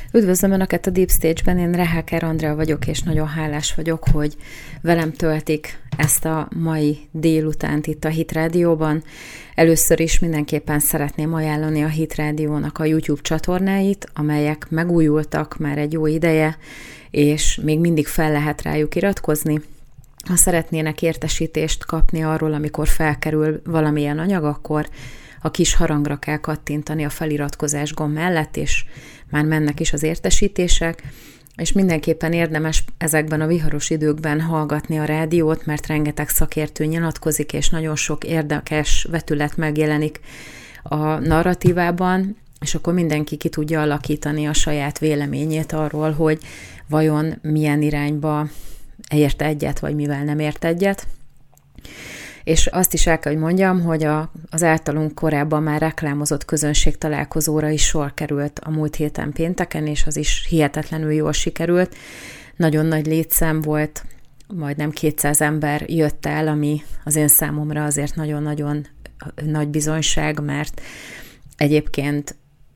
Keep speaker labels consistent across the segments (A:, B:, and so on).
A: Üdvözlöm Önöket a Deep Stage-ben, én Reháker Andrea vagyok, és nagyon hálás vagyok, hogy velem töltik ezt a mai délutánt itt a Hit Rádióban. Először is mindenképpen szeretném ajánlani a Hit Rádiónak a YouTube csatornáit, amelyek megújultak már egy jó ideje, és még mindig fel lehet rájuk iratkozni. Ha szeretnének értesítést kapni arról, amikor felkerül valamilyen anyag, akkor a kis harangra kell kattintani a feliratkozás gomb mellett, és már mennek is az értesítések, és mindenképpen érdemes ezekben a viharos időkben hallgatni a rádiót, mert rengeteg szakértő nyilatkozik, és nagyon sok érdekes vetület megjelenik a narratívában, és akkor mindenki ki tudja alakítani a saját véleményét arról, hogy vajon milyen irányba ért egyet, vagy mivel nem ért egyet. És azt is el kell, hogy mondjam, hogy az általunk korábban már reklámozott közönségtalálkozóra is sor került a múlt héten pénteken, és az is hihetetlenül jól sikerült. Nagyon nagy létszám volt, majdnem 200 ember jött el, ami az én számomra azért nagyon-nagyon nagy bizonyság, mert egyébként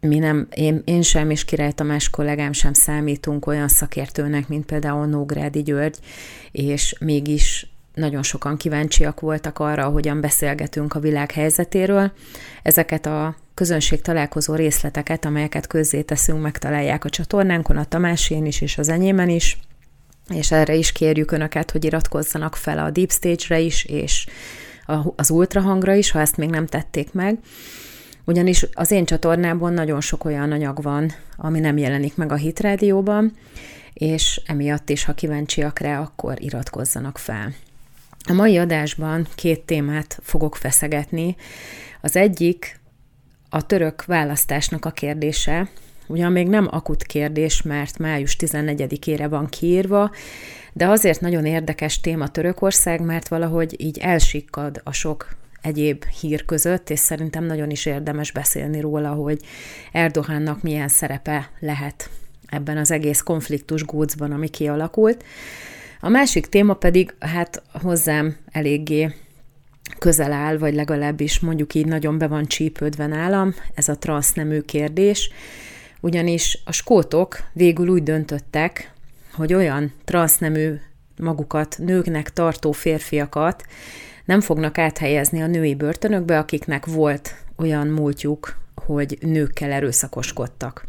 A: én sem, és Király Tamás kollégám sem számítunk olyan szakértőnek, mint például Nógrádi György, és mégis nagyon sokan kíváncsiak voltak arra, hogyan beszélgetünk a világ helyzetéről. Ezeket a közönségtalálkozó részleteket, amelyeket közzéteszünk, megtalálják a csatornánkon, a Tamásén is, és az enyémen is, és erre is kérjük Önöket, hogy iratkozzanak fel a Deep Stage-re is, és az ultrahangra is, ha ezt még nem tették meg. Ugyanis az én csatornámon nagyon sok olyan anyag van, ami nem jelenik meg a Hit Rádióban, és emiatt is, ha kíváncsiak rá, akkor iratkozzanak fel. A mai adásban 2 témát fogok feszegetni. Az egyik a török választásnak a kérdése, ugyan még nem akut kérdés, mert május 14-ére van kiírva, de azért nagyon érdekes téma Törökország, mert valahogy így elsikkad a sok egyéb hír között, és szerintem nagyon is érdemes beszélni róla, hogy Erdogánnak milyen szerepe lehet ebben az egész konfliktus gócban, ami kialakult. A másik téma pedig hozzám eléggé közel áll, vagy legalábbis mondjuk így nagyon be van csípődve nálam, ez a transznemű kérdés, ugyanis a skótok végül úgy döntöttek, hogy olyan transznemű magukat nőknek tartó férfiakat nem fognak áthelyezni a női börtönökbe, akiknek volt olyan múltjuk, hogy nőkkel erőszakoskodtak.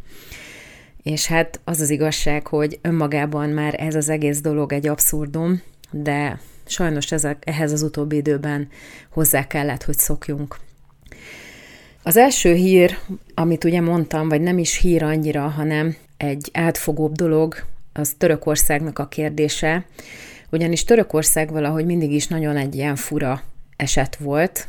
A: És hát az az igazság, hogy önmagában már ez az egész dolog egy abszurdum, de sajnos ehhez az utóbbi időben hozzá kellett, hogy szokjunk. Az első hír, amit ugye mondtam, vagy nem is hír annyira, hanem egy átfogóbb dolog, az Törökországnak a kérdése, ugyanis Törökország valahogy mindig is nagyon egy ilyen fura eset volt.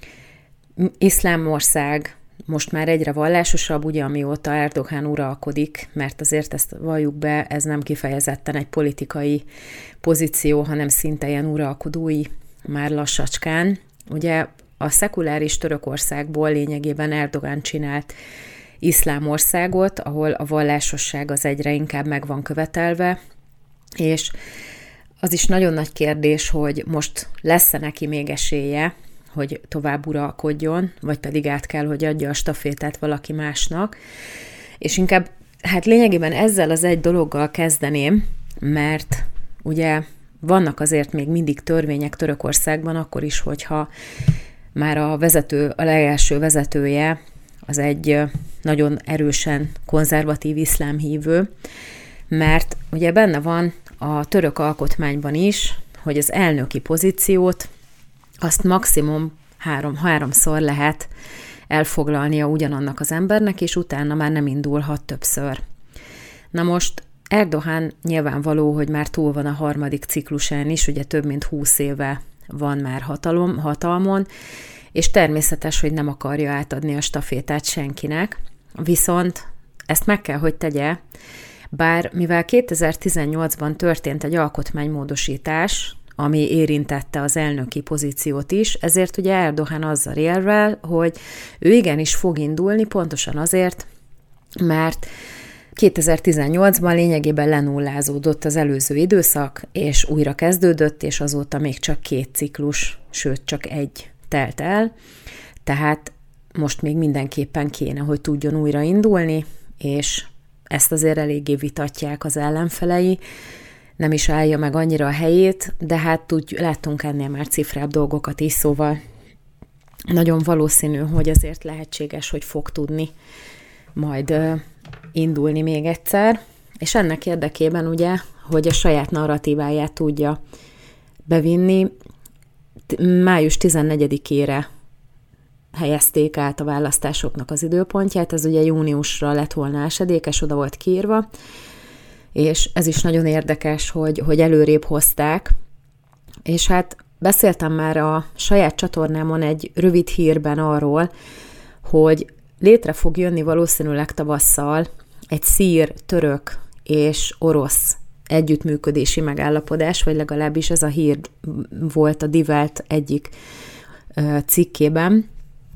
A: Iszlámország most már egyre vallásosabb, ugye amióta Erdogán uralkodik, mert azért ezt valljuk be, ez nem kifejezetten egy politikai pozíció, hanem szinte ilyen uralkodói már lassacskán. Ugye a szekuláris Törökországból lényegében Erdogán csinált iszlám országot, ahol a vallásosság az egyre inkább meg van követelve, és az is nagyon nagy kérdés, hogy most lesz-e neki még esélye, hogy tovább uralkodjon, vagy pedig át kell, hogy adja a stafétát valaki másnak. És inkább, lényegében ezzel az egy dologgal kezdeném, mert ugye vannak azért még mindig törvények Törökországban, akkor is, hogyha már a legelső vezetője az egy nagyon erősen konzervatív iszlámhívő, mert ugye benne van a török alkotmányban is, hogy az elnöki pozíciót azt maximum háromszor lehet elfoglalnia ugyanannak az embernek, és utána már nem indulhat többször. Na most Erdogán nyilvánvaló, hogy már túl van a 3. ciklusán is, ugye több mint 20 éve van már hatalmon, és természetes, hogy nem akarja átadni a stafétát senkinek, viszont ezt meg kell, hogy tegye, bár mivel 2018-ban történt egy alkotmánymódosítás, ami érintette az elnöki pozíciót is, ezért ugye Erdogán azzal érvel, hogy ő igenis fog indulni, pontosan azért, mert 2018-ban lényegében lenullázódott az előző időszak, és újra kezdődött, és azóta még csak 2 ciklus, sőt csak 1 telt el, tehát most még mindenképpen kéne, hogy tudjon újra indulni, és ezt azért eléggé vitatják az ellenfelei, nem is állja meg annyira a helyét, de hát úgy láttunk ennél már cifrább dolgokat is, szóval nagyon valószínű, hogy azért lehetséges, hogy fog tudni majd indulni még egyszer, és ennek érdekében ugye, hogy a saját narratíváját tudja bevinni, május 14-ére helyezték át a választásoknak az időpontját, ez ugye júniusra lett volna esedékes, oda volt kiírva, és ez is nagyon érdekes, hogy előrébb hozták, és hát beszéltem már a saját csatornámon egy rövid hírben arról, hogy létre fog jönni valószínűleg tavasszal egy szír, török és orosz együttműködési megállapodás, vagy legalábbis ez a hír volt a Die Welt egyik cikkében,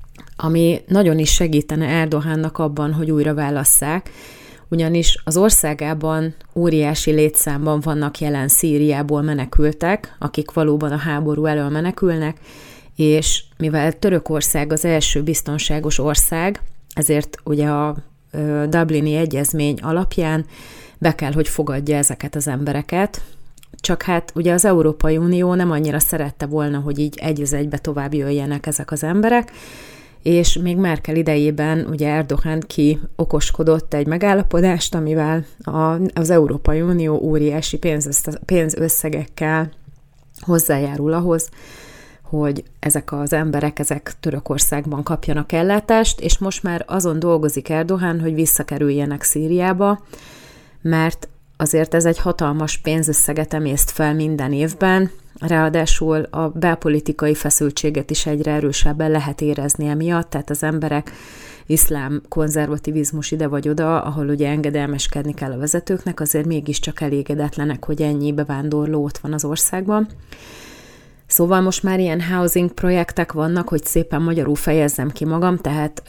A: ami nagyon is segítene Erdogánnak abban, hogy újra válasszák, ugyanis az országában óriási létszámban vannak jelen Szíriából menekültek, akik valóban a háború elől menekülnek, és mivel Törökország az első biztonságos ország, ezért ugye a Dublini Egyezmény alapján be kell, hogy fogadja ezeket az embereket, csak hát ugye az Európai Unió nem annyira szerette volna, hogy így egy az egybe tovább jöjjenek ezek az emberek, és még Merkel idejében ugye Erdogan okoskodott egy megállapodást, amivel az Európai Unió óriási pénzösszegekkel hozzájárul ahhoz, hogy ezek az emberek, ezek Törökországban kapjanak ellátást, és most már azon dolgozik Erdogan, hogy visszakerüljenek Szíriába, mert azért ez egy hatalmas pénzösszeget emészt fel minden évben, ráadásul a belpolitikai feszültséget is egyre erősebben lehet érezni emiatt, tehát az emberek iszlám konzervativizmus ide vagy oda, ahol ugye engedelmeskedni kell a vezetőknek, azért mégiscsak elégedetlenek, hogy ennyi bevándorló ott van az országban. Szóval most már ilyen housing projektek vannak, hogy szépen magyarul fejezzem ki magam, tehát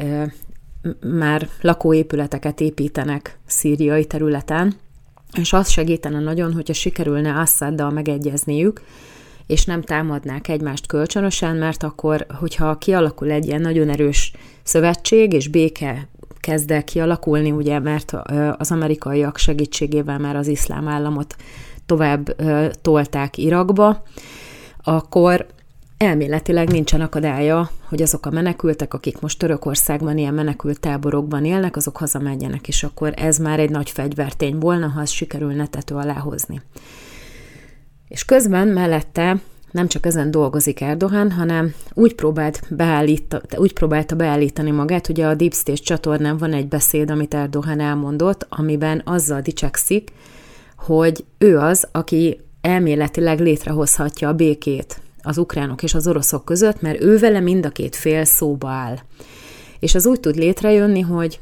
A: már lakóépületeket építenek szíriai területen, és az segítene nagyon, hogyha sikerülne Assaddal megegyezniük, és nem támadnák egymást kölcsönösen, mert akkor, hogyha kialakul egy ilyen nagyon erős szövetség, és béke kezd el kialakulni, ugye, mert az amerikaiak segítségével már az iszlám államot tovább tolták Irakba, akkor elméletileg nincsen akadálya, hogy azok a menekültek, akik most Törökországban ilyen menekült táborokban élnek, azok hazamenjenek, és akkor ez már egy nagy fegyvertény volna, ha az sikerülne tető alá hozni. És közben mellette nem csak ezen dolgozik Erdogan, hanem úgy próbálta beállítani magát, ugye a Deep State csatornán van egy beszéd, amit Erdogan elmondott, amiben azzal dicsekszik, hogy ő az, aki elméletileg létrehozhatja a békét az ukránok és az oroszok között, mert ő vele mind a két fél szóba áll. És az úgy tud létrejönni, hogy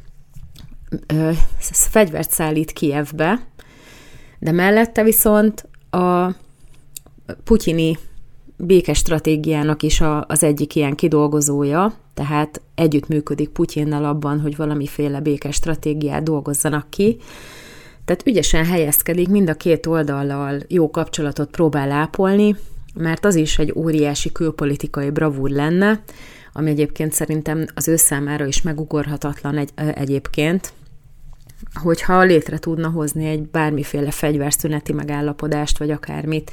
A: fegyvert szállít Kijevbe, de mellette viszont a putyini békestratégiának is az egyik ilyen kidolgozója, tehát együttműködik Putyinnal abban, hogy valamiféle békestratégiát dolgozzanak ki. Tehát ügyesen helyezkedik, mind a két oldallal jó kapcsolatot próbál ápolni, mert az is egy óriási külpolitikai bravúr lenne, ami egyébként szerintem az ő számára is megugorhatatlan egyébként, hogyha létre tudna hozni egy bármiféle fegyverszüneti megállapodást, vagy akármit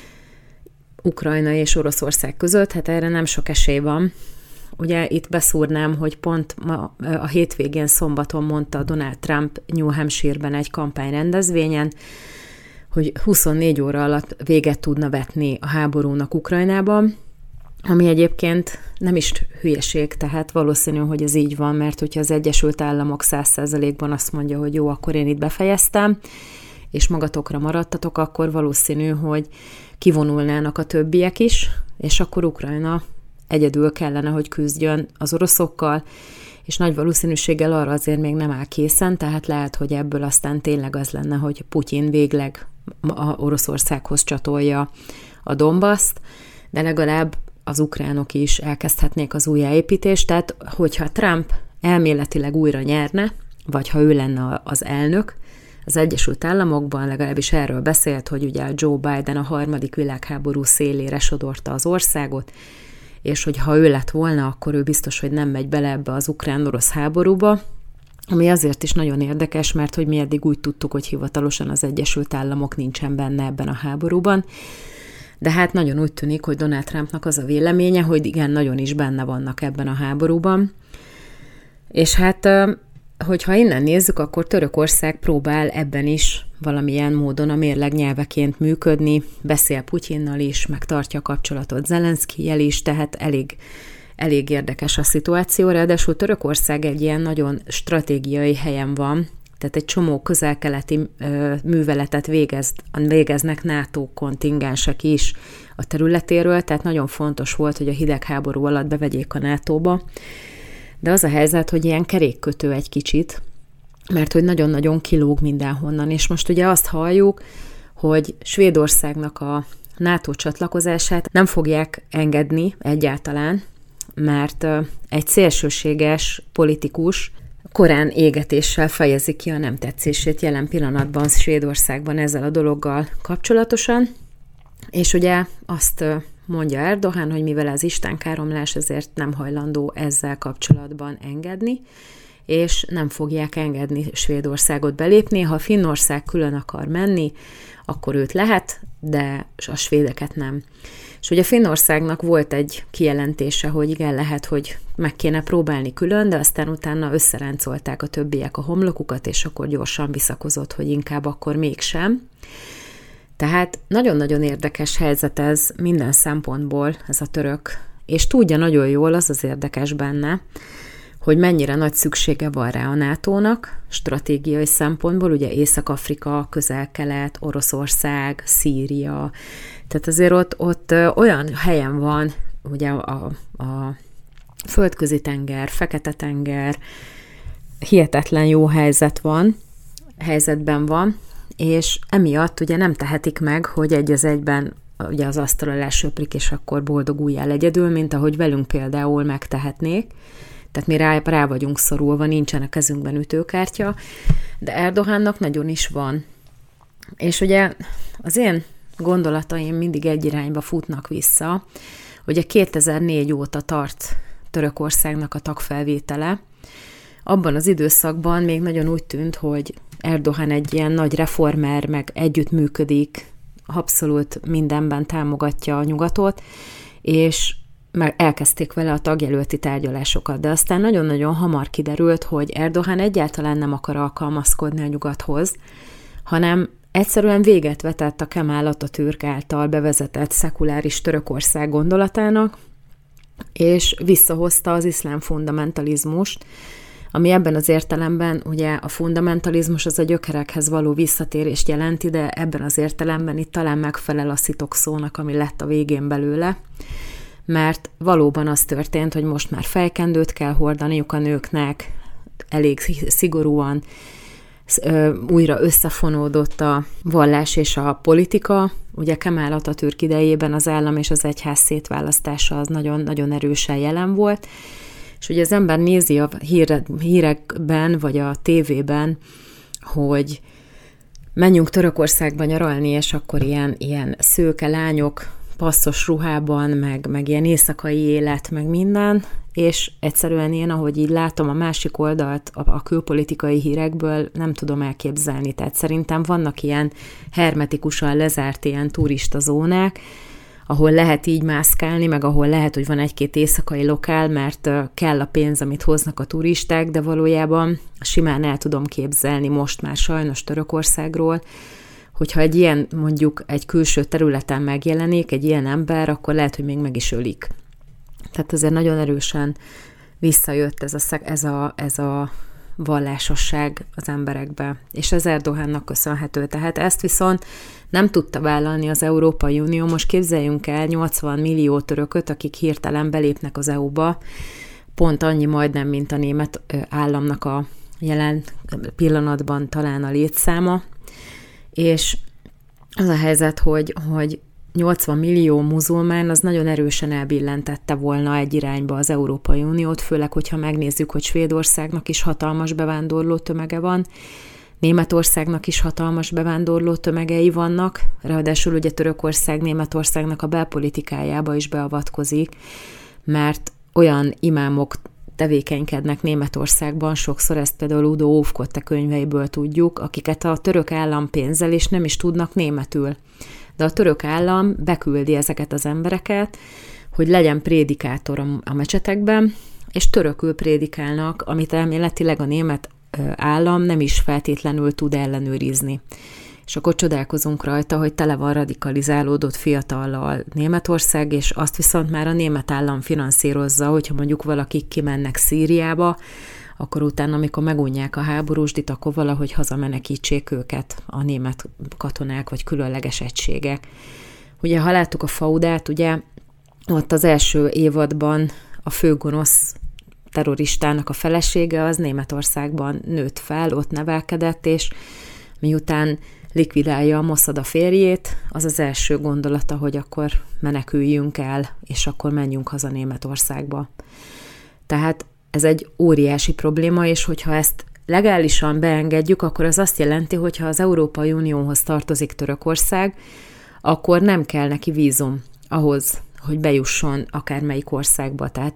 A: Ukrajna és Oroszország között, hát erre nem sok esély van. Ugye itt beszúrnám, hogy pont ma, a hétvégén szombaton mondta Donald Trump New Hampshire-ben egy kampányrendezvényen, hogy 24 óra alatt véget tudna vetni a háborúnak Ukrajnában, ami egyébként nem is hülyeség, tehát valószínű, hogy ez így van, mert hogyha az Egyesült Államok 100%-ban azt mondja, hogy jó, akkor én itt befejeztem, és magatokra maradtatok, akkor valószínű, hogy kivonulnának a többiek is, és akkor Ukrajna egyedül kellene, hogy küzdjön az oroszokkal, és nagy valószínűséggel arra azért még nem áll készen, tehát lehet, hogy ebből aztán tényleg az lenne, hogy Putyin végleg Oroszországhoz csatolja a Donbaszt, de legalább az ukránok is elkezdhetnék az újjáépítést, tehát hogyha Trump elméletileg újra nyerne, vagy ha ő lenne az elnök, az Egyesült Államokban legalábbis erről beszélt, hogy ugye a Joe Biden a harmadik világháború szélére sodorta az országot, és hogy ha ő lett volna, akkor ő biztos, hogy nem megy bele ebbe az ukrán-orosz háborúba, ami azért is nagyon érdekes, mert hogy mi eddig úgy tudtuk, hogy hivatalosan az Egyesült Államok nincsen benne ebben a háborúban, de hát nagyon úgy tűnik, hogy Donald Trumpnak az a véleménye, hogy igen, nagyon is benne vannak ebben a háborúban. És hát, hogyha innen nézzük, akkor Törökország próbál ebben is valamilyen módon a mérleg nyelveként működni, beszél Putyinnal is, meg tartja a kapcsolatot Zelenszkijjel is, tehát elég érdekes a szituáció, ráadásul Törökország egy ilyen nagyon stratégiai helyen van, tehát egy csomó közel-keleti műveletet végeznek NATO kontingensek is a területéről, tehát nagyon fontos volt, hogy a hidegháború alatt bevegyék a NATO-ba, de az a helyzet, hogy ilyen kerékkötő egy kicsit, mert hogy nagyon-nagyon kilóg mindenhonnan, és most ugye azt halljuk, hogy Svédországnak a NATO csatlakozását nem fogják engedni egyáltalán, mert egy szélsőséges politikus korán égetéssel fejezi ki a nem tetszését jelen pillanatban Svédországban ezzel a dologgal kapcsolatosan, és ugye azt mondja Erdogan, hogy mivel ez istenkáromlás, ezért nem hajlandó ezzel kapcsolatban engedni, és nem fogják engedni Svédországot belépni. Ha Finnország külön akar menni, akkor őt lehet, de a svédeket nem. És ugye Finnországnak volt egy kijelentése, hogy igen, lehet, hogy meg kéne próbálni külön, de aztán utána összeráncolták a többiek a homlokukat, és akkor gyorsan visszakozott, hogy inkább akkor mégsem. Tehát nagyon-nagyon érdekes helyzet ez minden szempontból, ez a török, és tudja nagyon jól, az érdekes benne, hogy mennyire nagy szüksége van rá a NATO-nak, stratégiai szempontból, ugye Észak-Afrika, Közel-Kelet, Oroszország, Szíria, tehát azért ott olyan helyen van, ugye a Földközi-tenger, Fekete-tenger, hihetetlen jó helyzetben van, és emiatt ugye nem tehetik meg, hogy egy az egyben ugye az asztal alá söprik, és akkor boldoguljál egyedül, mint ahogy velünk például megtehetnék. Tehát mi rá vagyunk szorulva, nincsen a kezünkben ütőkártya, de Erdogannak nagyon is van. És ugye az én gondolataim mindig egy irányba futnak vissza, ugye 2004 óta tart Törökországnak a tagfelvétele. Abban az időszakban még nagyon úgy tűnt, hogy Erdogan egy ilyen nagy reformer, meg együttműködik, abszolút mindenben támogatja a nyugatot, és már elkezdték vele a tagjelölti tárgyalásokat, de aztán nagyon-nagyon hamar kiderült, hogy Erdogan egyáltalán nem akar alkalmazkodni a nyugathoz, hanem egyszerűen véget vetett a Kemal Atatürk által bevezetett szekuláris Törökország gondolatának, és visszahozta az iszlám fundamentalizmust, ami ebben az értelemben, ugye a fundamentalizmus az a gyökerekhez való visszatérést jelenti, de ebben az értelemben itt talán megfelel a szitokszónak, ami lett a végén belőle, mert valóban az történt, hogy most már fejkendőt kell hordaniuk a nőknek, elég szigorúan újra összefonódott a vallás és a politika. Ugye Kemal Atatürk idejében az állam és az egyház szétválasztása az nagyon-nagyon erősen jelen volt, és ugye az ember nézi a hírekben, vagy a tévében, hogy menjünk Törökországba nyaralni, és akkor ilyen szőke lányok passzos ruhában, meg ilyen éjszakai élet, meg minden, és egyszerűen én, ahogy így látom a másik oldalt a külpolitikai hírekből, nem tudom elképzelni. Tehát szerintem vannak ilyen hermetikusan lezárt ilyen turista zónák, ahol lehet így mászkálni, meg ahol lehet, hogy van egy-két éjszakai lokál, mert kell a pénz, amit hoznak a turisták, de valójában simán el tudom képzelni most már sajnos Törökországról, hogyha egy ilyen, mondjuk egy külső területen megjelenik egy ilyen ember, akkor lehet, hogy még meg is ölik. Tehát azért nagyon erősen visszajött ez a vallásosság az emberekbe, és ez Erdogannak köszönhető. Tehát ezt viszont nem tudta vállalni az Európai Unió. Most képzeljünk el 80 millió törököt, akik hirtelen belépnek az EU-ba, pont annyi majdnem, mint a német államnak a jelen pillanatban talán a létszáma, és az a helyzet, hogy 80 millió muzulmán az nagyon erősen elbillentette volna egy irányba az Európai Uniót, főleg, hogyha megnézzük, hogy Svédországnak is hatalmas bevándorló tömege van, Németországnak is hatalmas bevándorló tömegei vannak, ráadásul ugye Törökország Németországnak a belpolitikájába is beavatkozik, mert olyan imámok tevékenykednek Németországban, sokszor ezt például Udo Ófkotte könyveiből tudjuk, akiket a török állam pénzzel, és nem is tudnak németül. De a török állam beküldi ezeket az embereket, hogy legyen prédikátor a mecsetekben, és törökül prédikálnak, amit elméletileg a német állam nem is feltétlenül tud ellenőrizni. És akkor csodálkozunk rajta, hogy tele van radikalizálódott fiatallal Németország, és azt viszont már a német állam finanszírozza, hogyha mondjuk valakik kimennek Szíriába, akkor utána, amikor megunják a háborúsdit, akkor valahogy hazamenekítsék őket a német katonák vagy különleges egységek. Ugye, ha láttuk a Faudát, ugye ott az első évadban a főgonosz terroristának a felesége az Németországban nőtt fel, ott nevelkedett, és miután likvidálja a Mossad a férjét, az az első gondolata, hogy akkor meneküljünk el, és akkor menjünk haza Németországba. Tehát ez egy óriási probléma, és hogyha ezt legálisan beengedjük, akkor az azt jelenti, hogy ha az Európai Unióhoz tartozik Törökország, akkor nem kell neki vízum ahhoz, hogy bejusson akármelyik országba. Tehát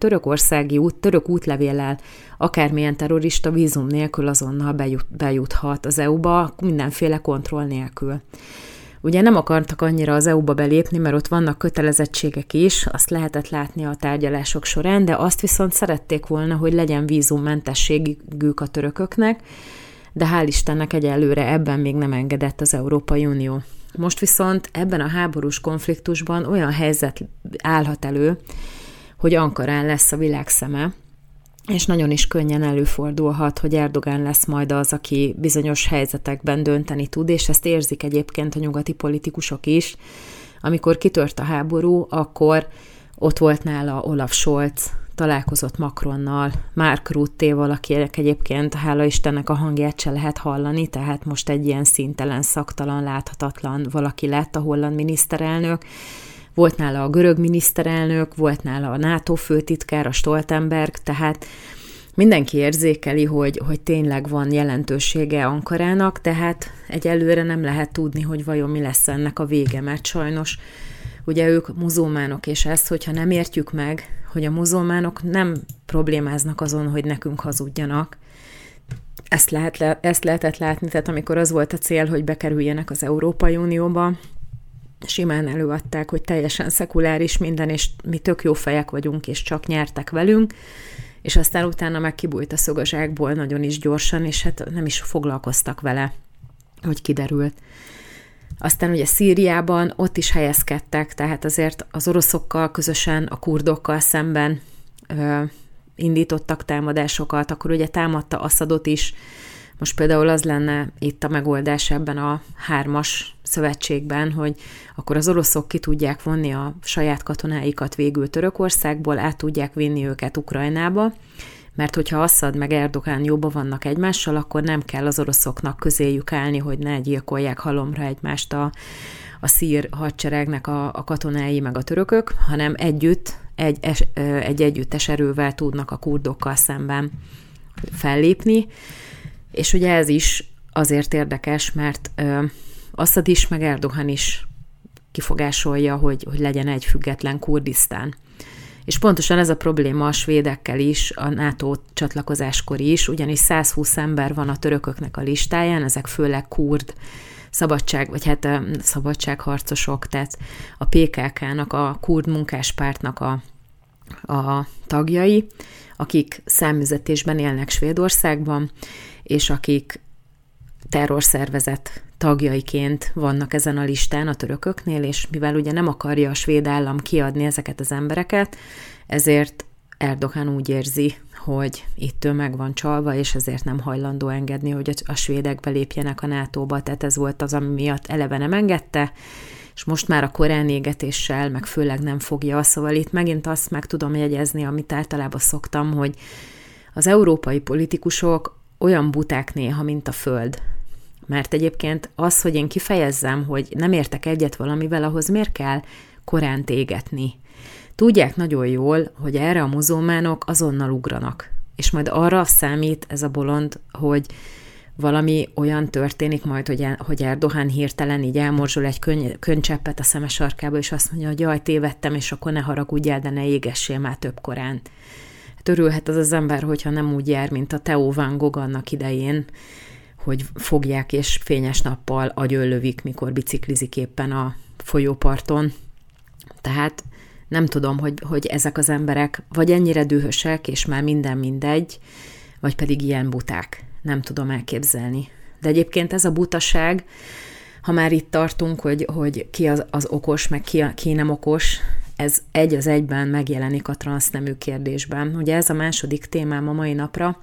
A: török útlevéllel akármilyen terrorista vízum nélkül azonnal bejuthat az EU-ba, mindenféle kontroll nélkül. Ugye nem akartak annyira az EU-ba belépni, mert ott vannak kötelezettségek is, azt lehetett látni a tárgyalások során, de azt viszont szerették volna, hogy legyen vízummentességük a törököknek, de hál' Istennek egyelőre ebben még nem engedett az Európai Unió. Most viszont ebben a háborús konfliktusban olyan helyzet állhat elő, hogy Ankarán lesz a világ szeme, és nagyon is könnyen előfordulhat, hogy Erdogán lesz majd az, aki bizonyos helyzetekben dönteni tud, és ezt érzik egyébként a nyugati politikusok is. Amikor kitört a háború, akkor ott volt nála Olaf Scholz, találkozott Macronnal, Mark Ruttéval, akinek egyébként hála Istennek a hangját se lehet hallani, tehát most egy ilyen színtelen, szaktalan, láthatatlan valaki lett a holland miniszterelnök. Volt nála a görög miniszterelnök, volt nála a NATO főtitkár, a Stoltenberg, tehát mindenki érzékeli, hogy tényleg van jelentősége Ankarának, tehát egyelőre nem lehet tudni, hogy vajon mi lesz ennek a vége, mert sajnos ugye ők muzulmánok, és ezt, hogyha nem értjük meg, hogy a muzulmánok nem problémáznak azon, hogy nekünk hazudjanak. Ezt lehetett látni, tehát amikor az volt a cél, hogy bekerüljenek az Európai Unióba, simán előadták, hogy teljesen szekuláris minden, és mi tök jó fejek vagyunk, és csak nyertek velünk, és aztán utána meg kibújt a szög a zsákból nagyon is gyorsan, és hát nem is foglalkoztak vele, hogy kiderült. Aztán ugye Szíriában ott is helyezkedtek, tehát azért az oroszokkal közösen, a kurdokkal szemben indítottak támadásokat, akkor ugye támadta Assadot is. Most például az lenne itt a megoldás ebben a 3-as szövetségben, hogy akkor az oroszok ki tudják vonni a saját katonáikat végül Törökországból, át tudják vinni őket Ukrajnába, mert hogyha Assad meg Erdogán jóba vannak egymással, akkor nem kell az oroszoknak közéjük állni, hogy ne gyilkolják halomra egymást a szír hadseregnek a katonái meg a törökök, hanem együtt, egy együttes erővel tudnak a kurdokkal szemben fellépni. És ugye ez is azért érdekes, mert Assad is, meg Erdogan is kifogásolja, hogy legyen egy független Kurdisztán. És pontosan ez a probléma a svédekkel is, a NATO csatlakozáskor is, ugyanis 120 ember van a törököknek a listáján, ezek főleg kurd szabadságharcosok, tehát a PKK-nak, a kurd munkáspártnak a tagjai, akik száműzetésben élnek Svédországban, és akik terrorszervezet tagjaiként vannak ezen a listán a törököknél, és mivel ugye nem akarja a svéd állam kiadni ezeket az embereket, ezért Erdogan úgy érzi, hogy itt ő meg van csalva, és ezért nem hajlandó engedni, hogy a svédek belépjenek a NATO-ba, tehát ez volt az, ami miatt eleve nem engedte, és most már a korán égetéssel, meg főleg nem fogja. Szóval itt megint azt meg tudom jegyezni, amit általában szoktam, hogy az európai politikusok olyan buták néha, mint a föld. Mert egyébként az, hogy én kifejezzem, hogy nem értek egyet valamivel, ahhoz miért kell Koránt égetni? Tudják nagyon jól, hogy erre a muzulmánok azonnal ugranak. És majd arra számít ez a bolond, hogy valami olyan történik majd, hogy Erdogan hirtelen így elmorzsol egy könycseppet a szeme sarkába, és azt mondja, hogy jaj, tévedtem, és akkor ne haragudjál, de ne égessél már több Koránt. Megtörülhet az ember, hogyha nem úgy jár, mint a Theo van Gogh annak idején, hogy fogják és fényes nappal agyonlövik, mikor biciklizik éppen a folyóparton. Tehát nem tudom, hogy ezek az emberek vagy ennyire dühösek, és már minden mindegy, vagy pedig ilyen buták. Nem tudom elképzelni. De egyébként ez a butaság, ha már itt tartunk, hogy ki az okos, meg ki nem okos, ez egy az egyben megjelenik a transznemű kérdésben. Ugye ez a második témám a mai napra,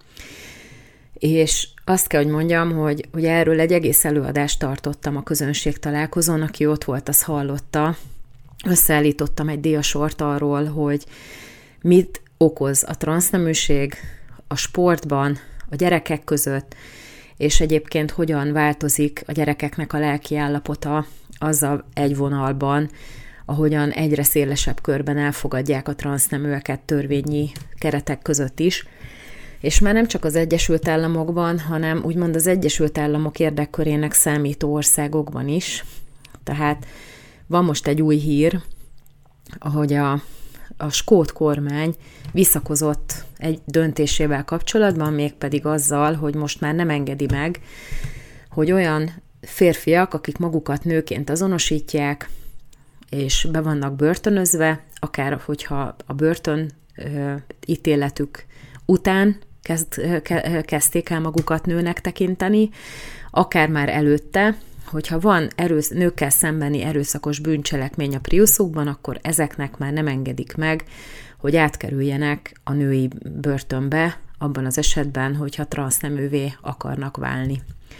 A: és azt kell, hogy mondjam, hogy ugye erről egy egész előadást tartottam a közönségtalálkozón, aki ott volt, az hallotta. Összeállítottam egy diasort arról, hogy mit okoz a transzneműség a sportban, a gyerekek között, és egyébként hogyan változik a gyerekeknek a lelki állapota azzal egy vonalban, ahogyan egyre szélesebb körben elfogadják a transzneműeket törvényi keretek között is. És már nem csak az Egyesült Államokban, hanem úgymond az Egyesült Államok érdekkörének számító országokban is. Tehát van most egy új hír, ahogy a skót kormány visszakozott egy döntésével kapcsolatban, mégpedig azzal, hogy most már nem engedi meg, hogy olyan férfiak, akik magukat nőként azonosítják, és be vannak börtönözve, akár hogyha a börtön ítéletük után kezdték el magukat nőnek tekinteni, akár már előtte, hogyha van nőkkel szembeni erőszakos bűncselekmény a Priuszukban, akkor ezeknek már nem engedik meg, hogy átkerüljenek a női börtönbe, abban az esetben, hogyha transzneművé akarnak válni.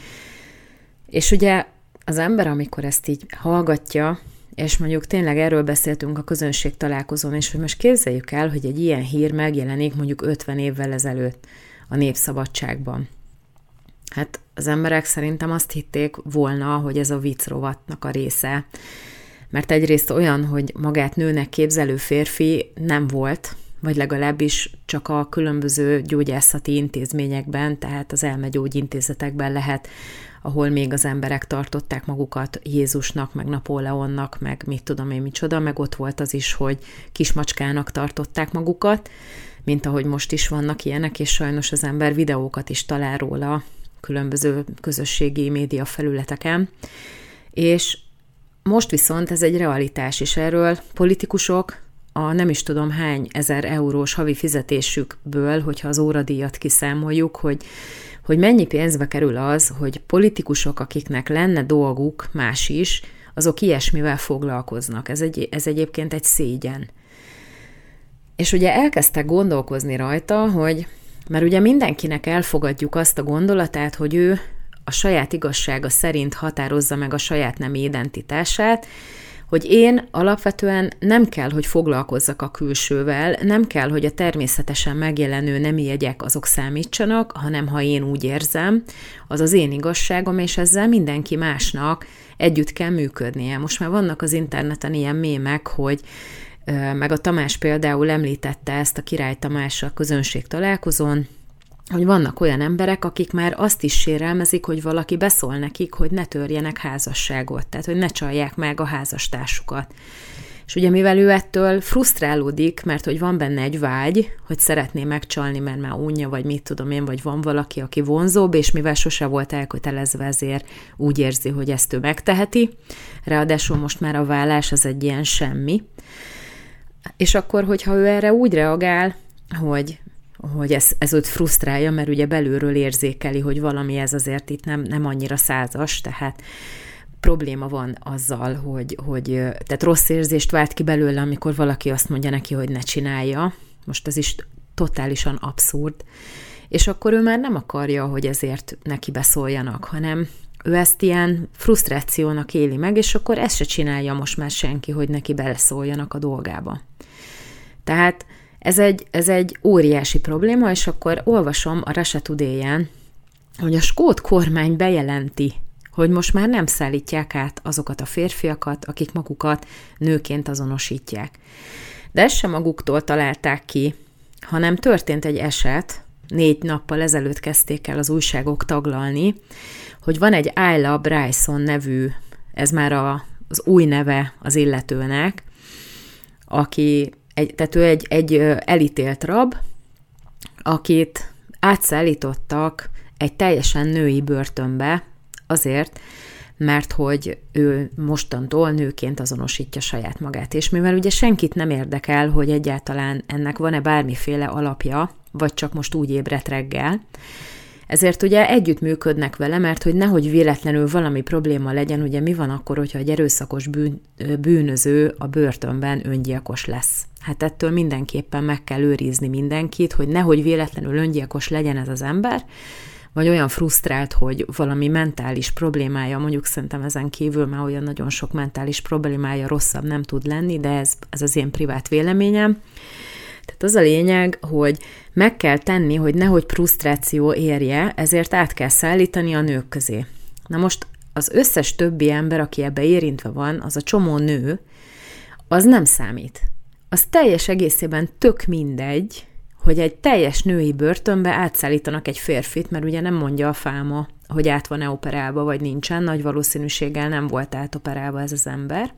A: És ugye az ember, amikor ezt így hallgatja, és mondjuk tényleg erről beszéltünk a közönségtalálkozón, és hogy most képzeljük el, hogy egy ilyen hír megjelenik mondjuk 50 évvel ezelőtt a Népszabadságban. Hát az emberek szerintem azt hitték volna, hogy ez a vicc rovatnak a része. Mert egyrészt olyan, hogy magát nőnek képzelő férfi nem volt, vagy legalábbis csak a különböző gyógyászati intézményekben, tehát az elmegyógyintézetekben lehet, ahol még az emberek tartották magukat Jézusnak, meg Napóleonnak, meg mit tudom én micsoda, meg ott volt az is, hogy kismacskának tartották magukat, mint ahogy most is vannak ilyenek, és sajnos az ember videókat is talál róla különböző közösségi média felületeken. És most viszont ez egy realitás, és erről politikusok a nem is tudom hány ezer eurós havi fizetésükből, hogyha az óradíjat kiszámoljuk, hogy mennyi pénzbe kerül az, hogy politikusok, akiknek lenne dolguk más is, azok ilyesmivel foglalkoznak. Ez egyébként egy szégyen. És ugye elkezdtek gondolkozni rajta, hogy mert ugye mindenkinek elfogadjuk azt a gondolatát, hogy ő a saját igazsága szerint határozza meg a saját nemi identitását, hogy én alapvetően nem kell, hogy foglalkozzak a külsővel, nem kell, hogy a természetesen megjelenő nemi jegyek azok számítsanak, hanem ha én úgy érzem, az az én igazságom, és ezzel mindenki másnak együtt kell működnie. Most már vannak az interneten ilyen mémek, hogy meg a Tamás például említette ezt, a Király Tamás a közönségtalálkozón, hogy vannak olyan emberek, akik már azt is sérelmezik, hogy valaki beszól nekik, hogy ne törjenek házasságot, tehát hogy ne csalják meg a házastársukat. És ugye mivel ő ettől frusztrálódik, mert hogy van benne egy vágy, hogy szeretné megcsalni, mert már unja, vagy mit tudom én, vagy van valaki, aki vonzóbb, és mivel sose volt elkötelezve, ezért úgy érzi, hogy ezt ő megteheti. Ráadásul most már a vállás az egy ilyen semmi. És akkor, hogyha ő erre úgy reagál, hogy ez őt frusztrálja, mert ugye belülről érzékeli, hogy valami ez azért itt nem annyira százas, tehát probléma van azzal, tehát rossz érzést vált ki belőle, amikor valaki azt mondja neki, hogy ne csinálja. Most ez is totálisan abszurd. És akkor ő már nem akarja, hogy ezért neki beszóljanak, hanem ő ezt ilyen frusztrációnak éli meg, és akkor ezt se csinálja most már senki, hogy neki beleszóljanak a dolgába. Tehát ez egy óriási probléma, és akkor olvasom a Russia Today-en, hogy a skót kormány bejelenti, hogy most már nem szállítják át azokat a férfiakat, akik magukat nőként azonosítják. De ezt sem maguktól találták ki, hanem történt egy eset, 4 nappal ezelőtt kezdték el az újságok taglalni, hogy van egy Ayla Bryson nevű, ez már az új neve az illetőnek, tehát ő egy elítélt rab, akit átszállítottak egy teljesen női börtönbe azért, mert hogy ő mostantól nőként azonosítja saját magát. És mivel ugye senkit nem érdekel, hogy egyáltalán ennek van-e bármiféle alapja, vagy csak most úgy ébredt reggel, ezért ugye együttműködnek vele, mert hogy nehogy véletlenül valami probléma legyen, ugye mi van akkor, hogyha egy erőszakos bűnöző a börtönben öngyilkos lesz. Hát ettől mindenképpen meg kell őrizni mindenkit, hogy nehogy véletlenül öngyilkos legyen ez az ember, vagy olyan frusztrált, hogy valami mentális problémája, mondjuk szerintem ezen kívül már olyan nagyon sok mentális problémája rosszabb nem tud lenni, de ez az én privát véleményem. Tehát az a lényeg, hogy meg kell tenni, hogy nehogy frusztráció érje, ezért át kell szállítani a nők közé. Na most az összes többi ember, aki ebbe érintve van, az a csomó nő, az nem számít. Az teljes egészében tök mindegy, hogy egy teljes női börtönbe átszállítanak egy férfit, mert ugye nem mondja a fáma, hogy át van-e operálva, vagy nincsen, nagy valószínűséggel nem volt átoperálva ez az ember,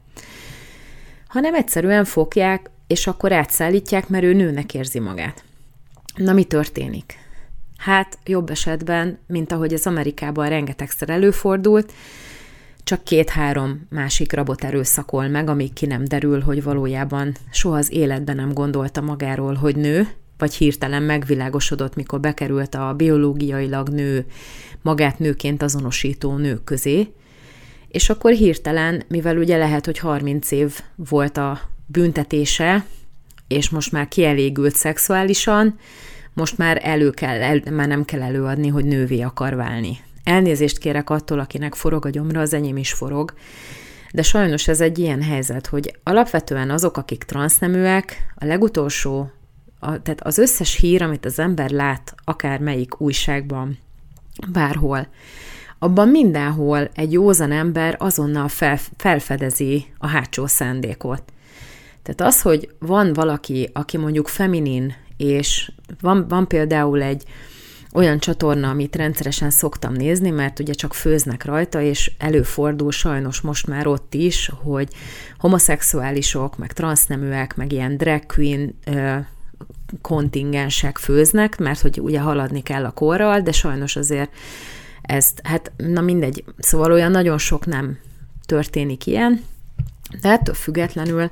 A: hanem egyszerűen fogják, és akkor átszállítják, mert ő nőnek érzi magát. Na, mi történik? Hát jobb esetben, mint ahogy az Amerikában rengetegszer előfordult, csak 2-3 másik rabot erőszakol meg, amíg ki nem derül, hogy valójában soha az életben nem gondolta magáról, hogy nő, vagy hirtelen megvilágosodott, mikor bekerült a biológiailag nő, magát nőként azonosító nők közé, és akkor hirtelen, mivel ugye lehet, hogy 30 év volt a büntetése, és most már kielégült szexuálisan, most már már nem kell előadni, hogy nővé akar válni. Elnézést kérek attól, akinek forog a gyomra, az enyém is forog, de sajnos ez egy ilyen helyzet, hogy alapvetően azok, akik transzneműek, a legutolsó, tehát az összes hír, amit az ember lát, akármelyik újságban, bárhol, abban mindenhol egy józan ember azonnal felfedezi a hátsó szándékot. Tehát az, hogy van valaki, aki mondjuk feminin, és van például egy olyan csatorna, amit rendszeresen szoktam nézni, mert ugye csak főznek rajta, és előfordul sajnos most már ott is, hogy homoszexuálisok, meg transzneműek, meg ilyen drag queen kontingensek főznek, mert hogy ugye haladni kell a korral, de sajnos azért ezt, hát na mindegy, szóval olyan nagyon sok nem történik ilyen, de ettől függetlenül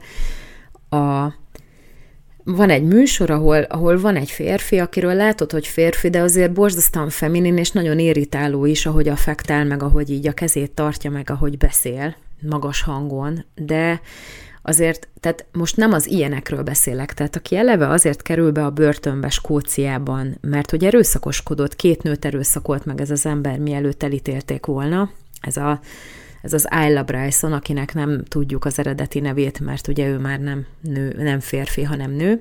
A: van egy műsor, ahol van egy férfi, akiről látod, hogy férfi, de azért borzasztóan feminin, és nagyon irritáló is, ahogy affektál, meg ahogy így a kezét tartja, meg ahogy beszél, magas hangon, de azért, tehát most nem az ilyenekről beszélek, tehát aki eleve azért kerül be a börtönbe Skóciában, mert hogy erőszakoskodott, 2 nőt erőszakolt meg ez az ember, mielőtt elítélték volna, ez az Isla Bryson, akinek nem tudjuk az eredeti nevét, mert ugye ő már nem férfi, hanem nő.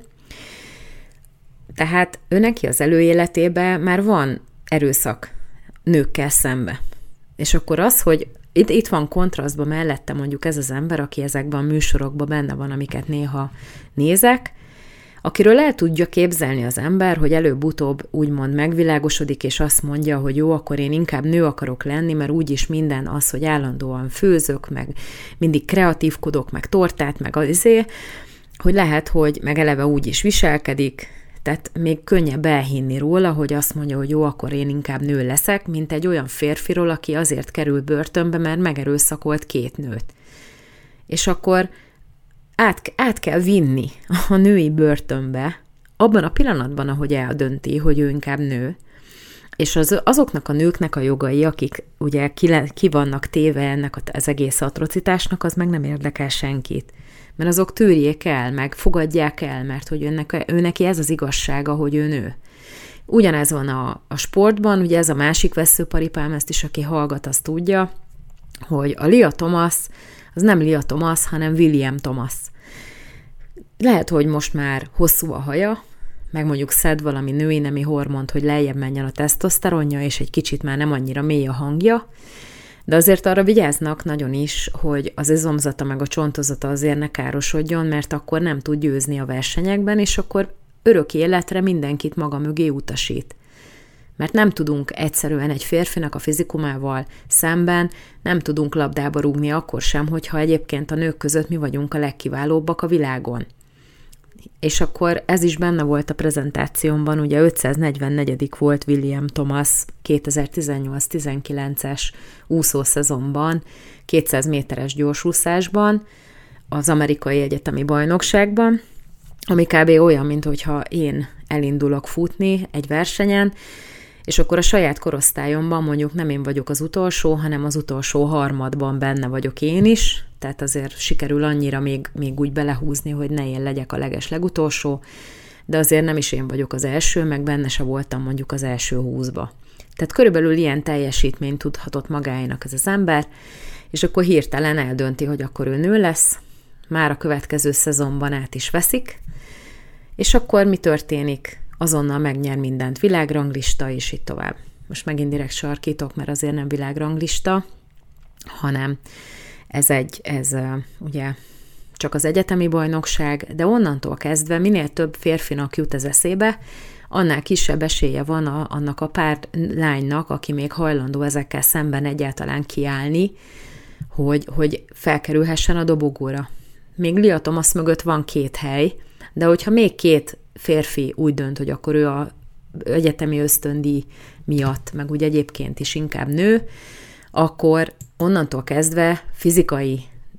A: Tehát ő neki az előéletében már van erőszak nőkkel szembe. És akkor az, hogy itt van kontrasztban mellette mondjuk ez az ember, aki ezekben a műsorokban benne van, amiket néha nézek, akiről el tudja képzelni az ember, hogy előbb-utóbb úgymond megvilágosodik, és azt mondja, hogy jó, akkor én inkább nő akarok lenni, mert úgyis minden az, hogy állandóan főzök, meg mindig kreatívkodok, meg tortát, meg hogy lehet, hogy meg eleve úgy is viselkedik, tehát még könnyebb elhinni róla, hogy azt mondja, hogy jó, akkor én inkább nő leszek, mint egy olyan férfiról, aki azért kerül börtönbe, mert megerőszakolt 2 nőt. És akkor át kell vinni a női börtönbe, abban a pillanatban, ahogy eldönti, hogy ő inkább nő, és azoknak a nőknek a jogai, akik ugye ki vannak téve ennek az egész atrocitásnak, az meg nem érdekel senkit. Mert azok tűrjék el, meg fogadják el, mert hogy ő neki ez az igazsága, hogy ő nő. Ugyanez van a sportban, ugye ez a másik vesszőparipám, ezt is aki hallgat, azt tudja, hogy a Lia Thomas, az nem Lia Thomas, hanem William Thomas. Lehet, hogy most már hosszú a haja, meg mondjuk szed valami női nemi hormont, hogy lejjebb menjen a tesztoszteronja, és egy kicsit már nem annyira mély a hangja, de azért arra vigyáznak nagyon is, hogy az izomzata meg a csontozata azért ne károsodjon, mert akkor nem tud győzni a versenyekben, és akkor örök életre mindenkit maga mögé utasít. Mert nem tudunk egyszerűen egy férfinak a fizikumával szemben, nem tudunk labdába rúgni akkor sem, hogyha egyébként a nők között mi vagyunk a legkiválóbbak a világon. és akkor ez is benne volt a prezentációmban, ugye 544. volt William Thomas 2018-19-es úszószezonban, 200 méteres gyorsúszásban, az amerikai egyetemi bajnokságban, ami kb. Olyan, mint hogyha én elindulok futni egy versenyen, és akkor a saját korosztályomban mondjuk nem én vagyok az utolsó, hanem az utolsó harmadban benne vagyok én is, tehát azért sikerül annyira még úgy belehúzni, hogy ne én legyek a legutolsó, de azért nem is én vagyok az első, meg benne se voltam mondjuk az első 20-ba. Tehát körülbelül ilyen teljesítményt tudhatott magáénak ez az ember, és akkor hirtelen eldönti, hogy akkor ő nő lesz, már a következő szezonban át is veszik, és akkor mi történik? Azonnal megnyer mindent, világranglista, és így tovább. Most megint direkt sarkítok, mert azért nem világranglista, hanem ez ugye csak az egyetemi bajnokság, de onnantól kezdve minél több férfinak jut ez eszébe, annál kisebb esélye van annak a pár lánynak, aki még hajlandó ezekkel szemben egyáltalán kiállni, hogy felkerülhessen a dobogóra. Még Lia Thomas mögött van 2 hely, de hogyha még 2 férfi úgy dönt, hogy akkor ő az egyetemi ösztöndíj miatt, meg úgy egyébként is inkább nő, akkor onnantól kezdve fizikai,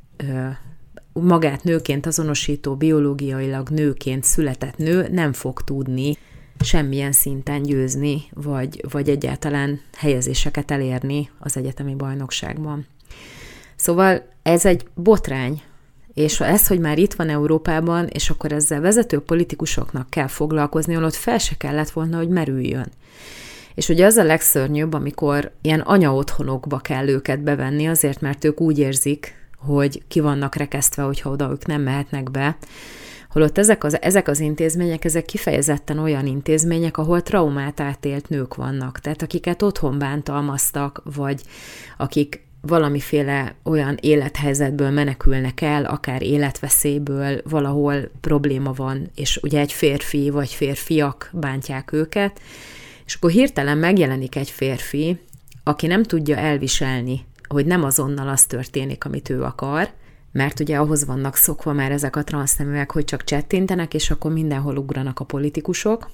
A: magát nőként azonosító, biológiailag nőként született nő nem fog tudni semmilyen szinten győzni, vagy egyáltalán helyezéseket elérni az egyetemi bajnokságban. Szóval ez egy botrány, és ez, hogy már itt van Európában, és akkor ezzel vezető politikusoknak kell foglalkozni, ott fel se kellett volna, hogy merüljön. És ugye az a legszörnyűbb, amikor ilyen anyaotthonokba kell őket bevenni, azért, mert ők úgy érzik, hogy ki vannak rekesztve, hogyha oda ők nem mehetnek be, holott ezek az intézmények, ezek kifejezetten olyan intézmények, ahol traumát átélt nők vannak, tehát akiket otthon bántalmaztak, vagy akik valamiféle olyan élethelyzetből menekülnek el, akár életveszélyből, valahol probléma van, és ugye egy férfi vagy férfiak bántják őket, és akkor hirtelen megjelenik egy férfi, aki nem tudja elviselni, hogy nem azonnal az történik, amit ő akar, mert ugye ahhoz vannak szokva már ezek a transzneműek, hogy csak csettintenek, és akkor mindenhol ugranak a politikusok,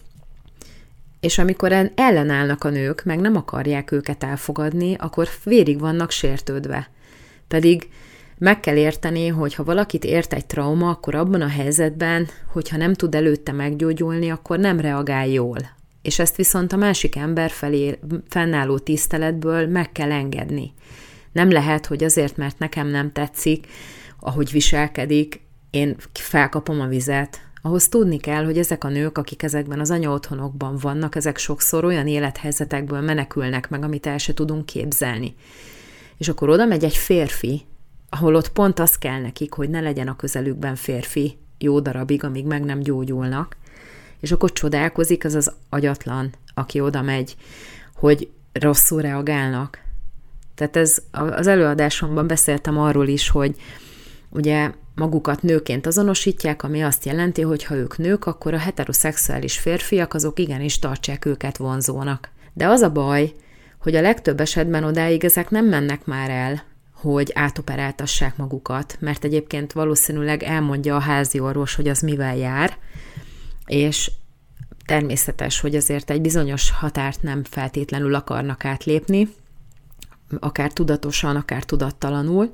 A: és amikor ellenállnak a nők, meg nem akarják őket elfogadni, akkor vérig vannak sértődve. Pedig meg kell érteni, hogy ha valakit ért egy trauma, akkor abban a helyzetben, hogyha nem tud előtte meggyógyulni, akkor nem reagál jól. És ezt viszont a másik ember felé fennálló tiszteletből meg kell engedni. Nem lehet, hogy azért, mert nekem nem tetszik, ahogy viselkedik, én felkapom a vizet. Ahhoz tudni kell, hogy ezek a nők, akik ezekben az anyaotthonokban vannak, ezek sokszor olyan élethelyzetekből menekülnek meg, amit el se tudunk képzelni. És akkor oda megy egy férfi, ahol ott pont az kell nekik, hogy ne legyen a közelükben férfi jó darabig, amíg meg nem gyógyulnak, és akkor csodálkozik az agyatlan, aki oda megy, hogy rosszul reagálnak. Tehát az előadásomban beszéltem arról is, hogy ugye magukat nőként azonosítják, ami azt jelenti, hogy ha ők nők, akkor a heteroszexuális férfiak azok igenis tartsák őket vonzónak. De az a baj, hogy a legtöbb esetben odáig ezek nem mennek már el, hogy átoperáltassák magukat, mert egyébként valószínűleg elmondja a házi orvos, hogy az mivel jár, és természetes, hogy azért egy bizonyos határt nem feltétlenül akarnak átlépni, akár tudatosan, akár tudattalanul.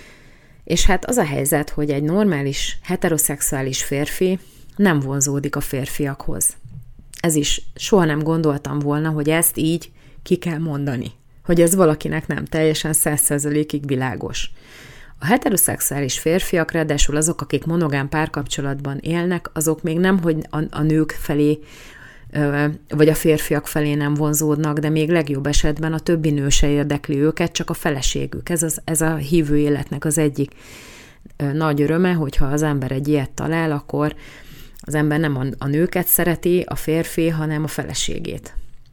A: És hát az a helyzet, hogy egy normális, heteroszexuális férfi nem vonzódik a férfiakhoz. Ez is soha nem gondoltam volna, hogy ezt így ki kell mondani. Hogy ez valakinek nem teljesen 100%-ig világos. A heteroszexuális férfiak, ráadásul azok, akik monogám párkapcsolatban élnek, azok még nem, hogy a nők felé, vagy a férfiak felé nem vonzódnak, de még legjobb esetben a többi nő se érdekli őket, csak a feleségük. Ez a hívő életnek az egyik nagy öröme, hogyha az ember egy ilyet talál, akkor az ember nem a nőket szereti, a férfi, hanem a feleségét.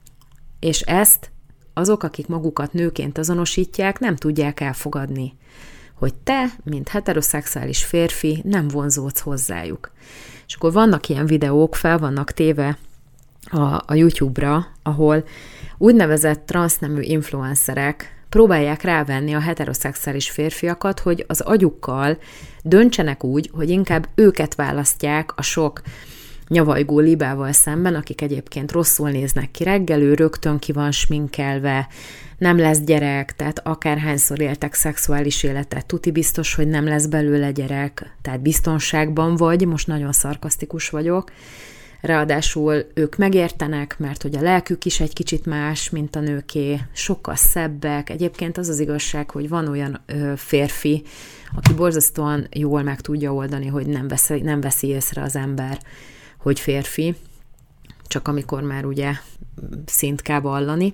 A: És ezt azok, akik magukat nőként azonosítják, nem tudják elfogadni, hogy te, mint heteroszexuális férfi, nem vonzódsz hozzájuk. És akkor vannak ilyen videók, fel vannak téve a YouTube-ra, ahol úgynevezett transznemű influencerek próbálják rávenni a heteroszexuális férfiakat, hogy az agyukkal döntsenek úgy, hogy inkább őket választják a sok nyavajgó libával szemben, akik egyébként rosszul néznek ki reggelő, rögtön ki van sminkelve, nem lesz gyerek, tehát akárhányszor éltek szexuális életet, tuti biztos, hogy nem lesz belőle gyerek, tehát biztonságban vagy, most nagyon szarkasztikus vagyok. Ráadásul ők megértenek, mert hogy a lelkük is egy kicsit más, mint a nőké, sokkal szebbek. Egyébként az az igazság, hogy van olyan férfi, aki borzasztóan jól meg tudja oldani, hogy nem veszi észre az ember, hogy férfi, csak amikor már ugye szint kell vallani.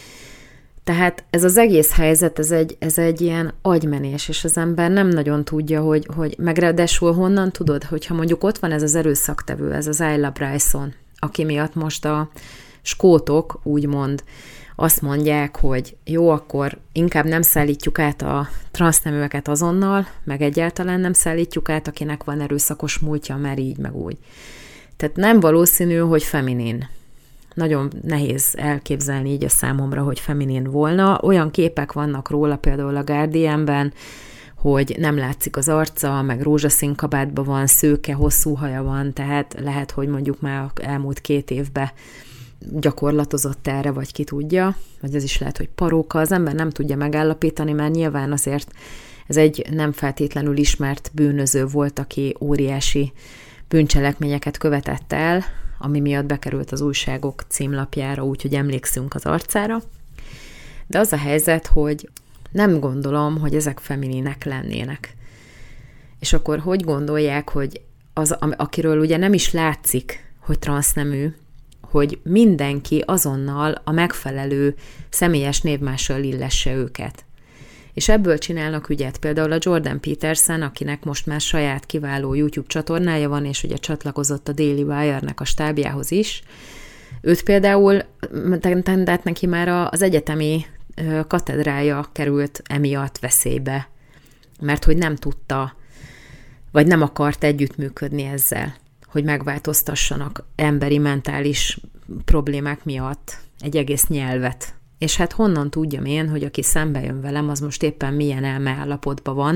A: Tehát ez az egész helyzet, ez egy ilyen agymenés, és az ember nem nagyon tudja, hogy meg ráadásul honnan tudod, hogyha mondjuk ott van ez az erőszaktevő, ez az Ayla Bryson, aki miatt most a skótok úgymond azt mondják, hogy jó, akkor inkább nem szállítjuk át a transzneműeket azonnal, meg egyáltalán nem szállítjuk át, akinek van erőszakos múltja, mert így, meg úgy. Tehát nem valószínű, hogy feminin. Nagyon nehéz elképzelni így a számomra, hogy feminin volna. Olyan képek vannak róla például a Guardianben, hogy nem látszik az arca, meg rózsaszín kabátban van, szőke, hosszú haja van, tehát lehet, hogy mondjuk már elmúlt 2 évben gyakorlatozott erre, vagy ki tudja, vagy ez is lehet, hogy paróka, az ember nem tudja megállapítani, mert nyilván azért ez egy nem feltétlenül ismert bűnöző volt, aki óriási bűncselekményeket követett el, ami miatt bekerült az újságok címlapjára, úgyhogy emlékszünk az arcára. De az a helyzet, hogy nem gondolom, hogy ezek femininek lennének. És akkor hogy gondolják, hogy az, akiről ugye nem is látszik, hogy transznemű, hogy mindenki azonnal a megfelelő személyes névmással illesse őket. És ebből csinálnak ügyet. Például a Jordan Peterson, akinek most már saját kiváló YouTube csatornája van, és ugye csatlakozott a Daily Wire-nek a stábjához is. Őt például, tehát neki már az egyetemi katedrája került emiatt veszélybe, mert hogy nem tudta, vagy nem akart együttműködni ezzel, hogy megváltoztassanak emberi mentális problémák miatt egy egész nyelvet. És hát honnan tudjam én, hogy aki szembe jön velem, az most éppen milyen elmeállapotban van,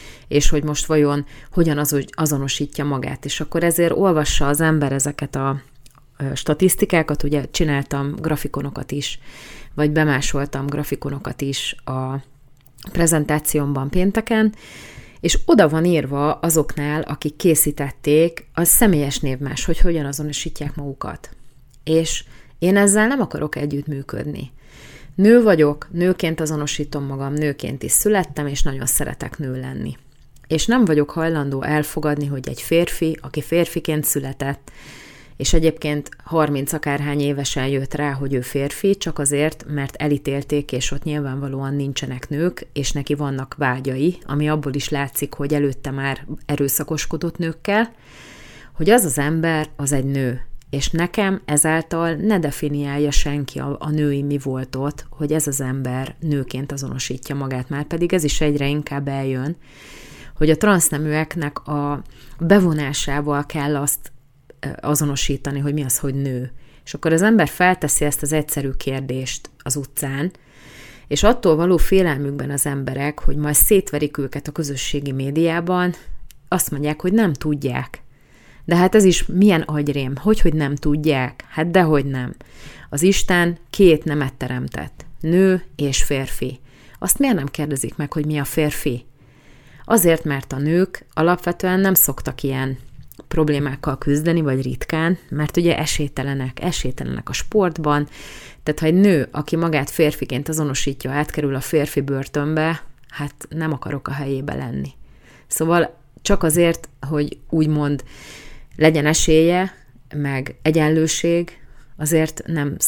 A: és hogy most vajon hogyan azonosítja magát. És akkor ezért olvassa az ember ezeket a statisztikákat, ugye csináltam grafikonokat is, vagy bemásoltam grafikonokat is a prezentációmban pénteken, és oda van írva azoknál, akik készítették, a személyes névmás, hogy hogyan azonosítják magukat. És én ezzel nem akarok együttműködni. Nő vagyok, nőként azonosítom magam, nőként is születtem, és nagyon szeretek nő lenni. És nem vagyok hajlandó elfogadni, hogy egy férfi, aki férfiként született, és egyébként 30 akárhány évesen jött rá, hogy ő férfi, csak azért, mert elítélték, és ott nyilvánvalóan nincsenek nők, és neki vannak vágyai, ami abból is látszik, hogy előtte már erőszakoskodott nőkkel, hogy az az ember, az egy nő. És nekem ezáltal ne definiálja senki a női mi voltot, hogy ez az ember nőként azonosítja magát, már pedig ez is egyre inkább eljön, hogy a transzneműeknek a bevonásával kell azt azonosítani, hogy mi az, hogy nő. És akkor az ember felteszi ezt az egyszerű kérdést az utcán, és attól való félelmükben az emberek, hogy majd szétverik őket a közösségi médiában, azt mondják, hogy nem tudják. De hát ez is milyen agyrém, hogy nem tudják? Hát dehogy nem. Az Isten 2 nemet teremtett, nő és férfi. Azt miért nem kérdezik meg, hogy mi a férfi? Azért, mert a nők alapvetően nem szoktak ilyen problémákkal küzdeni, vagy ritkán, mert ugye esélytelenek a sportban, tehát ha egy nő, aki magát férfiként azonosítja, átkerül a férfi börtönbe, hát nem akarok a helyébe lenni. Szóval csak azért, hogy úgymond legyen esélye, meg egyenlőség, azért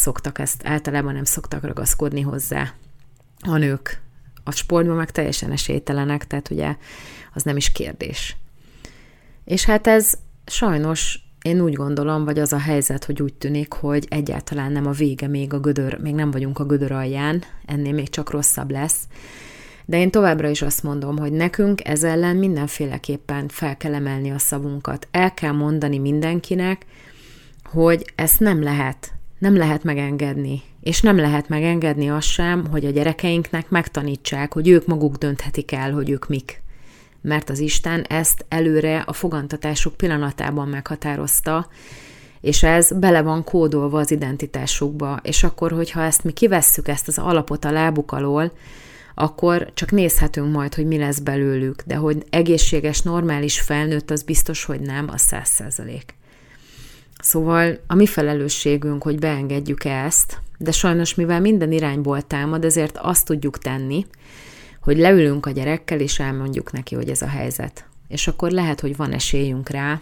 A: általában nem szoktak ragaszkodni hozzá a nők. A sportban meg teljesen esélytelenek, tehát ugye az nem is kérdés. És hát ez sajnos, én úgy gondolom, vagy az a helyzet, hogy úgy tűnik, hogy egyáltalán nem a vége, még nem vagyunk a gödör alján, ennél még csak rosszabb lesz. De én továbbra is azt mondom, hogy nekünk ez ellen mindenféleképpen fel kell emelni a szavunkat. El kell mondani mindenkinek, hogy ezt nem lehet. nem lehet megengedni. És nem lehet megengedni azt sem, hogy a gyerekeinknek megtanítsák, hogy ők maguk dönthetik el, hogy ők mik. Mert az Isten ezt előre a fogantatásuk pillanatában meghatározta, és ez bele van kódolva az identitásukba. És akkor, hogyha ezt mi kivesszük, ezt az alapot a lábuk alól, akkor csak nézhetünk majd, hogy mi lesz belőlük. De hogy egészséges, normális felnőtt, az biztos, hogy nem, az 100%. Szóval a mi felelősségünk, hogy beengedjük ezt, de sajnos mivel minden irányból támad, ezért azt tudjuk tenni, hogy leülünk a gyerekkel, és elmondjuk neki, hogy ez a helyzet. És akkor lehet, hogy van esélyünk rá,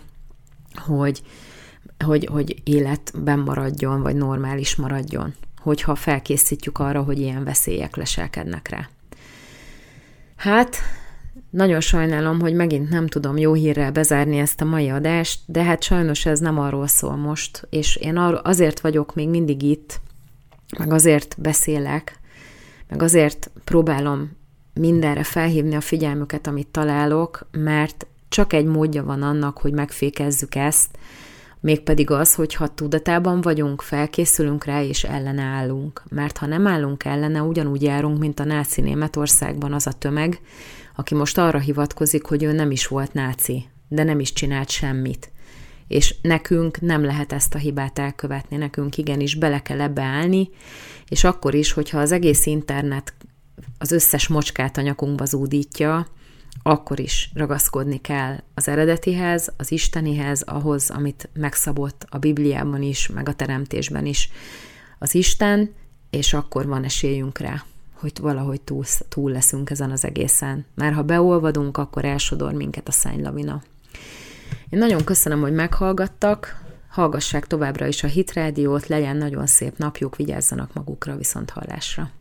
A: hogy életben maradjon, vagy normális maradjon, hogyha felkészítjük arra, hogy ilyen veszélyek leselkednek rá. Hát, nagyon sajnálom, hogy megint nem tudom jó hírrel bezárni ezt a mai adást, de hát sajnos ez nem arról szól most, és én azért vagyok még mindig itt, meg azért beszélek, meg azért próbálom mindenre felhívni a figyelmüket, amit találok, mert csak egy módja van annak, hogy megfékezzük ezt, mégpedig az, hogy ha tudatában vagyunk, felkészülünk rá és ellene állunk. Mert ha nem állunk ellene, ugyanúgy járunk, mint a náci Németországban az a tömeg, aki most arra hivatkozik, hogy ő nem is volt náci, de nem is csinált semmit. És nekünk nem lehet ezt a hibát elkövetni, nekünk igenis bele kell ebbe állni, és akkor is, hogyha az egész internet az összes mocskát a nyakunkba zúdítja, akkor is ragaszkodni kell az eredetihez, az istenihez, ahhoz, amit megszabott a Bibliában is, meg a teremtésben is az Isten, és akkor van esélyünk rá, hogy valahogy túl leszünk ezen az egészen. Mert ha beolvadunk, akkor elsodor minket a szánylavina. Én nagyon köszönöm, hogy meghallgattak, hallgassák továbbra is a Hit Rádiót, legyen nagyon szép napjuk, vigyázzanak magukra, viszont hallásra.